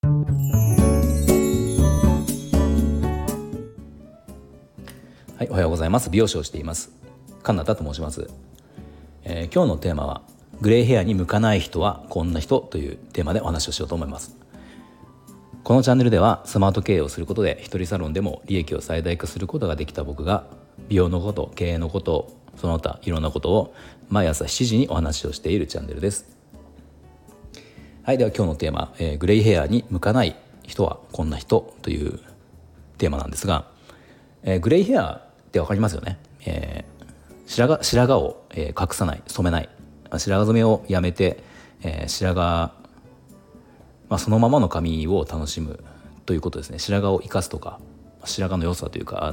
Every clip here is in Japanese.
はい、おはようございます。美容師をしていますカナダと申します。今日のテーマはグレーヘアに向かない人はこんな人というテーマでお話をしようと思います。このチャンネルではスマート経営をすることで一人サロンでも利益を最大化することができた僕が美容のこと、経営のこと、その他いろんなことを毎朝7時にお話をしているチャンネルです。はい、では今日のテーマ、グレイヘアに向かない人はこんな人というテーマなんですが、グレイヘアって分かりますよね。白髪を、隠さない、染めない、白髪染めをやめて、白髪、そのままの髪を楽しむということですね。白髪を生かすとか白髪の良さというか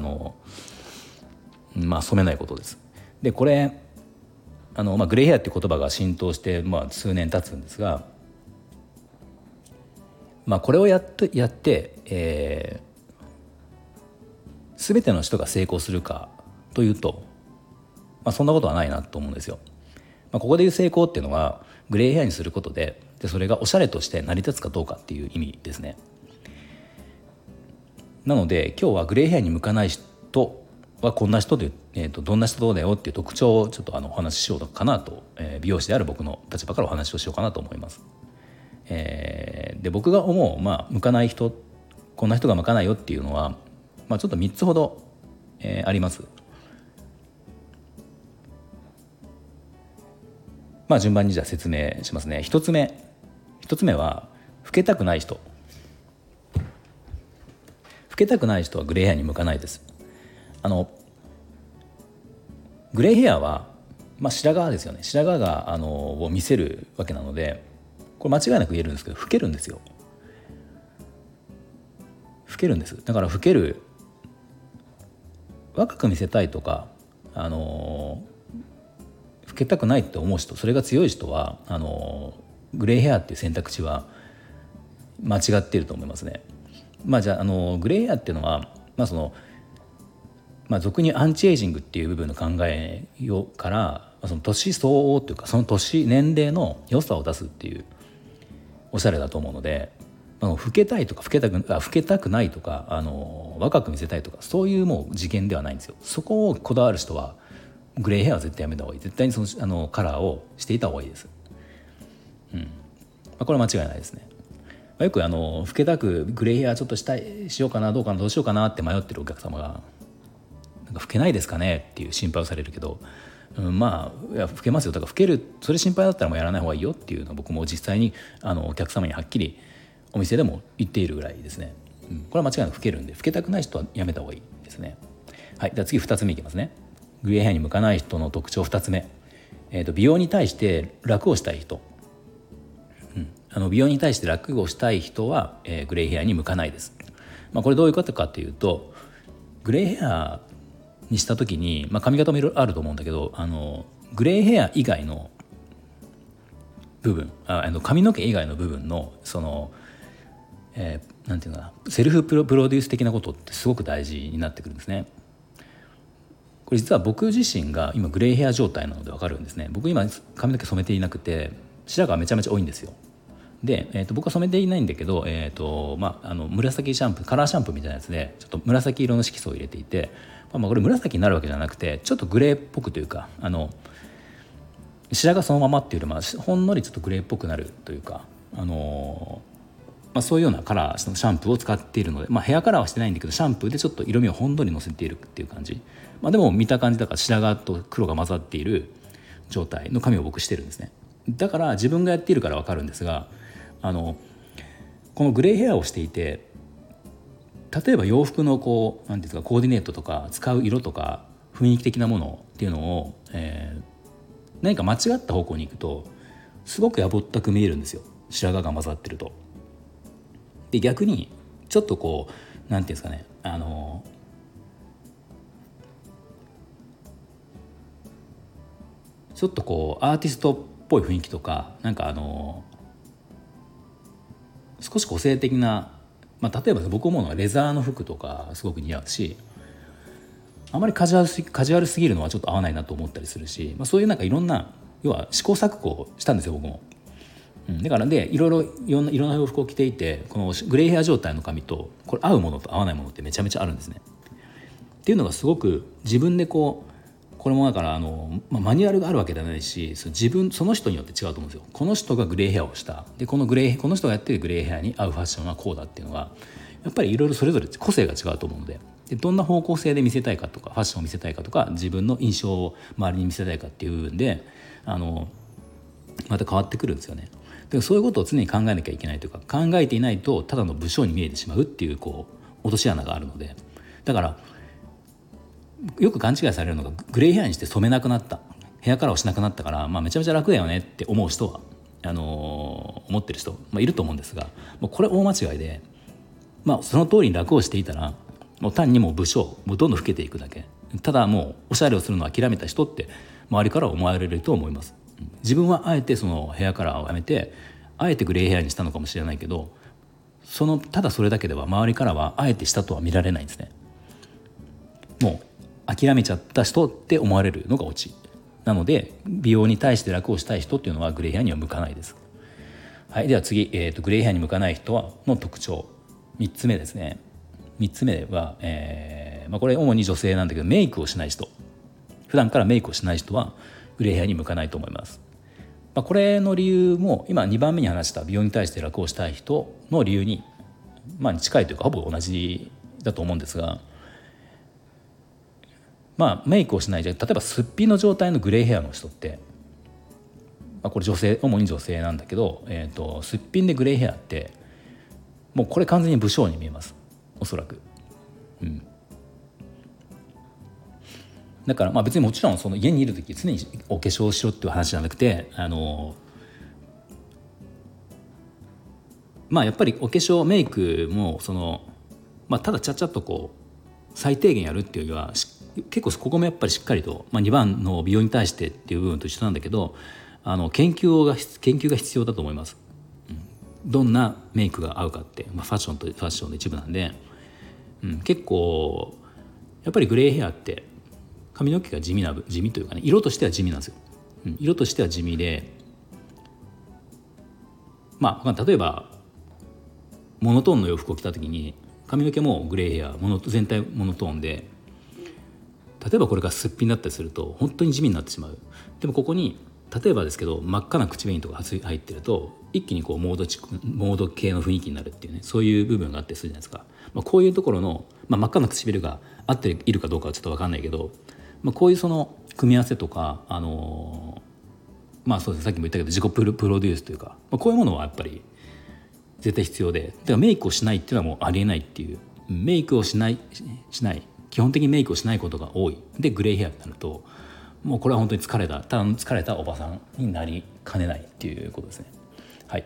染めないことです。でこれグレイヘアっていう言葉が浸透して、数年経つんですが、これをやって、全ての人が成功するかというと、そんなことはないなと思うんですよ。ここでいう成功っていうのはグレイヘアにすることでそれがおしゃれとして成り立つかどうかっていう意味ですね。なので今日はグレイヘアに向かない人はこんな人で、どんな人だよっていう特徴をちょっとお話ししようかなと、美容師である僕の立場からお話をしようかなと思います。で僕が思う、向かない人、こんな人が向かないよっていうのは、ちょっと3つほど、あります。順番にじゃあ説明しますね。1つ目は老けたくない人。老けたくない人はグレイヘアに向かないです。グレイヘアは、白髪ですよね。白髪がを見せるわけなので、これ間違いなく言えるんですけど、老けるんですよ。老けるんです。だから若く見せたいとか老けたくないって思う人、それが強い人はグレイヘアっていう選択肢は間違っていると思いますね。じゃあグレイヘアっていうのは、俗にアンチエイジングっていう部分の考えからその年相応というかその年齢の良さを出すっていうおしゃれだと思うので、老けたいとか老けたくないとか若く見せたいとかそういうもう次元ではないんですよ。そこをこだわる人はグレイヘアは絶対やめた方がいい。絶対にそのカラーをしていた方がいいです。これは間違いないですね。よく老けたくグレイヘアちょっとしようかなどうしようかなって迷ってるお客様が老けないですかねっていう心配をされるけど、いや老けますよ。だから老ける、それ心配だったらもうやらない方がいいよっていうのは僕も実際にお客様にはっきりお店でも言っているぐらいですね。これは間違いなく老けるんで、老けたくない人はやめた方がいいですね。はい、では次2つ目いきますね。グレイヘアに向かない人の特徴2つ目、美容に対して楽をしたい人、美容に対して楽をしたい人は、グレイヘアに向かないです。これどういうことかというと、グレイヘアにした時に、髪型もいろいろあると思うんだけどグレイヘア以外の部分髪の毛以外の部分のなんていうかな、セルフプロデュース的なことってすごく大事になってくるんですね。これ実は僕自身が今グレイヘア状態なので分かるんですね。僕今髪の毛染めていなくて白髪がめちゃめちゃ多いんですよ。で、僕は染めていないんだけど、紫シャンプー、カラーシャンプーみたいなやつでちょっと紫色の色素を入れていて、これ紫になるわけじゃなくてちょっとグレーっぽくというか白髪そのままっていうよりほんのりちょっとグレーっぽくなるというかそういうようなカラーのシャンプーを使っているので、ヘアカラーはしてないんだけどシャンプーでちょっと色味をほんのりのせているっていう感じ、でも見た感じだから白髪と黒が混ざっている状態の髪を僕してるんですね。だから自分がやっているから分かるんですが、このグレイヘアをしていて、例えば洋服のなんていうんですか、コーディネートとか使う色とか雰囲気的なものっていうのを、何か間違った方向に行くとすごくやぼったく見えるんですよ。白髪が混ざってると。で逆にちょっとなんていうんですかね、ちょっとアーティストっぽい雰囲気とか少し個性的な、例えば僕思うのはレザーの服とかすごく似合うし、あまりカジュアルすぎるのはちょっと合わないなと思ったりするし、そういういろんな要は試行錯誤したんですよ僕も。 だからでいろんな洋服を着ていて、このグレイヘア状態の髪とこれ合うものと合わないものってめちゃめちゃあるんですね。っていうのがすごく自分でこれもだからマニュアルがあるわけではないし、その人によって違うと思うんですよ。この人がグレイヘアをしたでこの人がやってるグレイヘアに合うファッションはこうだっていうのはやっぱりいろいろそれぞれ個性が違うと思うので、どんな方向性で見せたいかとかファッションを見せたいかとか自分の印象を周りに見せたいかっていう部分でまた変わってくるんですよね。でそういうことを常に考えなきゃいけないというか、考えていないとただの武将に見えてしまうっていう落とし穴があるので、だからよく勘違いされるのがグレイヘアにして染めなくなった、ヘアカラーをしなくなったから、めちゃめちゃ楽だよねって思う人は思ってる人、いると思うんですが、もうこれ大間違いで、その通りに楽をしていたらもう単にもう武将もうどんどん老けていくだけ、ただもうおしゃれをするのを諦めた人って周りから思われると思います。自分はあえてそのヘアカラーをやめてあえてグレイヘアにしたのかもしれないけど、ただそれだけでは周りからはあえてしたとは見られないんですね。もう諦めちゃった人って思われるのがオチなので、美容に対して楽をしたい人っていうのはグレイヘアには向かないです。はい、では次、グレイヘアに向かない人の特徴3つ目ですね。3つ目は、これ主に女性なんだけど、メイクをしない人、普段からメイクをしない人はグレイヘアに向かないと思います。これの理由も今2番目に話した美容に対して楽をしたい人の理由に、近いというかほぼ同じだと思うんですが、メイクをしない例えばすっぴんの状態のグレイヘアの人って、これ主に女性なんだけど、すっぴんでグレイヘアってもうこれ完全に武将に見えます、おそらく。だから別にもちろんその家にいる時常にお化粧しろっていう話じゃなくて、やっぱりお化粧メイクもただちゃっちゃっと最低限やるっていうよりは結構ここもやっぱりしっかりと、2番の美容に対してっていう部分と一緒なんだけど、研究が必要だと思います。どんなメイクが合うかって、ファッションの一部なんで、結構やっぱりグレイヘアって髪の毛が地味というかね、色としては地味なんですよ。色としては地味で、例えばモノトーンの洋服を着た時に髪の毛もグレイヘア全体モノトーンで、例えばこれがすっぴんだったりすると本当に地味になってしまう。でもここに例えばですけど真っ赤な口紅とか入ってると一気にモード系の雰囲気になるっていうね、そういう部分があってするじゃないですか。こういうところの、真っ赤な唇が合っているかどうかはちょっと分かんないけど、こういうその組み合わせとかそうですね、さっきも言ったけど自己プロデュースというか、こういうものはやっぱり絶対必要で、だからメイクをしないっていうのはもうありえないっていう、メイクをしない基本的にメイクをしないことが多いでグレイヘアになると、もうこれは本当にただ疲れたおばさんになりかねないっていうことですね。はい。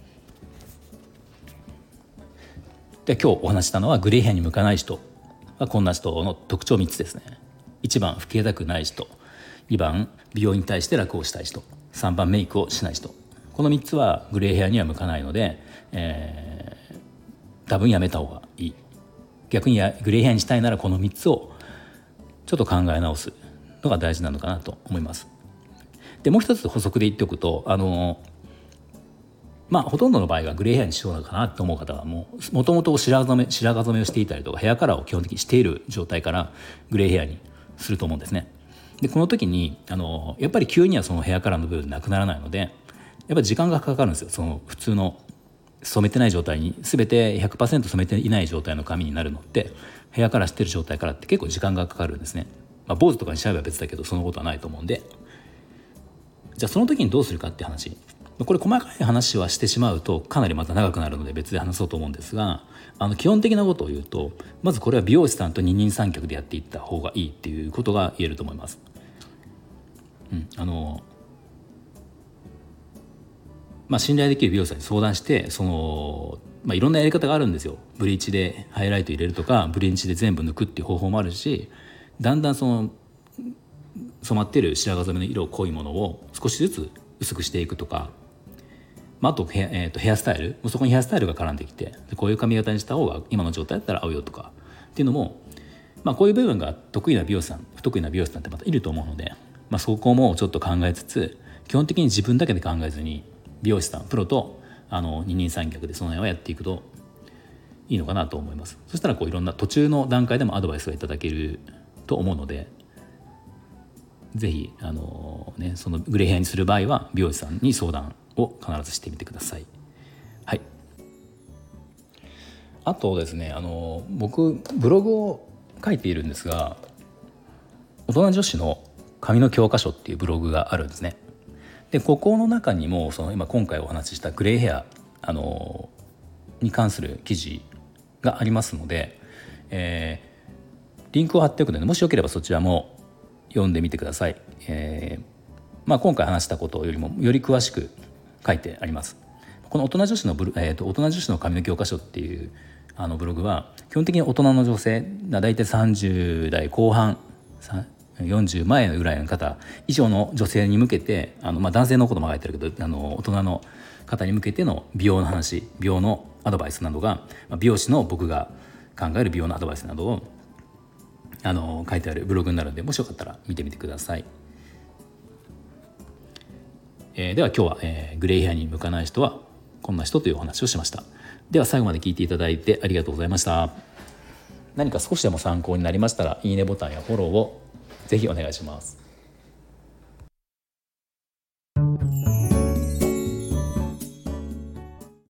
で今日お話したのはグレイヘアに向かない人はこんな人の特徴3つですね。1番老けたくない人、2番美容に対して楽をしたい人、3番メイクをしない人。この3つはグレイヘアには向かないので、多分やめた方がいい。逆にグレイヘアにしたいならこの3つをちょっと考え直すのが大事なのかなと思います。でもう一つ補足で言っておくと、ほとんどの場合がグレイヘアにしようかなと思う方はもともと白髪染めをしていたりとかヘアカラーを基本的にしている状態からグレイヘアにすると思うんですね。でこの時にやっぱり急にはそのヘアカラーの部分なくならないので、やっぱり時間がかかるんですよ。その普通の染めてない状態に全て 100% 染めていない状態の髪になるのってヘアカラーしてる状態からって結構時間がかかるんですね。坊主とかにしちゃえば別だけどそのことはないと思うんで、じゃあその時にどうするかって話、これ細かい話はしてしまうとかなりまた長くなるので別で話そうと思うんですが、基本的なことを言うと、まずこれは美容師さんと二人三脚でやっていった方がいいっていうことが言えると思います。信頼できる美容師さんに相談していろんなやり方があるんですよ。ブリーチでハイライト入れるとかブリーチで全部抜くっていう方法もあるし、だんだん染まってる白髪染めの色濃いものを少しずつ薄くしていくとか、あとヘアスタイル、そこにヘアスタイルが絡んできてこういう髪型にした方が今の状態だったら合うよとかっていうのも、こういう部分が得意な美容師さん不得意な美容師さんってまたいると思うので、そこもちょっと考えつつ基本的に自分だけで考えずに美容師さんプロと二人三脚でその辺をやっていくといいのかなと思います。そしたらいろんな途中の段階でもアドバイスがいただけると思うので、ぜひそのグレイヘアにする場合は美容師さんに相談を必ずしてみてください。はい。あとですね、僕ブログを書いているんですが、大人女子の髪の教科書っていうブログがあるんですね。でここの中にも今回お話ししたグレイヘアに関する記事がありますので、リンクを貼っておくので、もしよければそちらも読んでみてください。今回話したことよりもより詳しく書いてあります。この大人女子の大人女子の髪の教科書っていうブログは基本的に大人の女性だいたい30代後半40前ぐらいの方以上の女性に向けて男性のことも書いてるけど大人の方に向けての美容の話、美容のアドバイスなどが、美容師の僕が考える美容のアドバイスなどを書いてあるブログになるので、もしよかったら見てみてください。では今日は、グレイヘアに向かない人はこんな人というお話をしました。では最後まで聞いていただいてありがとうございました。何か少しでも参考になりましたらいいねボタンやフォローをぜひお願いします。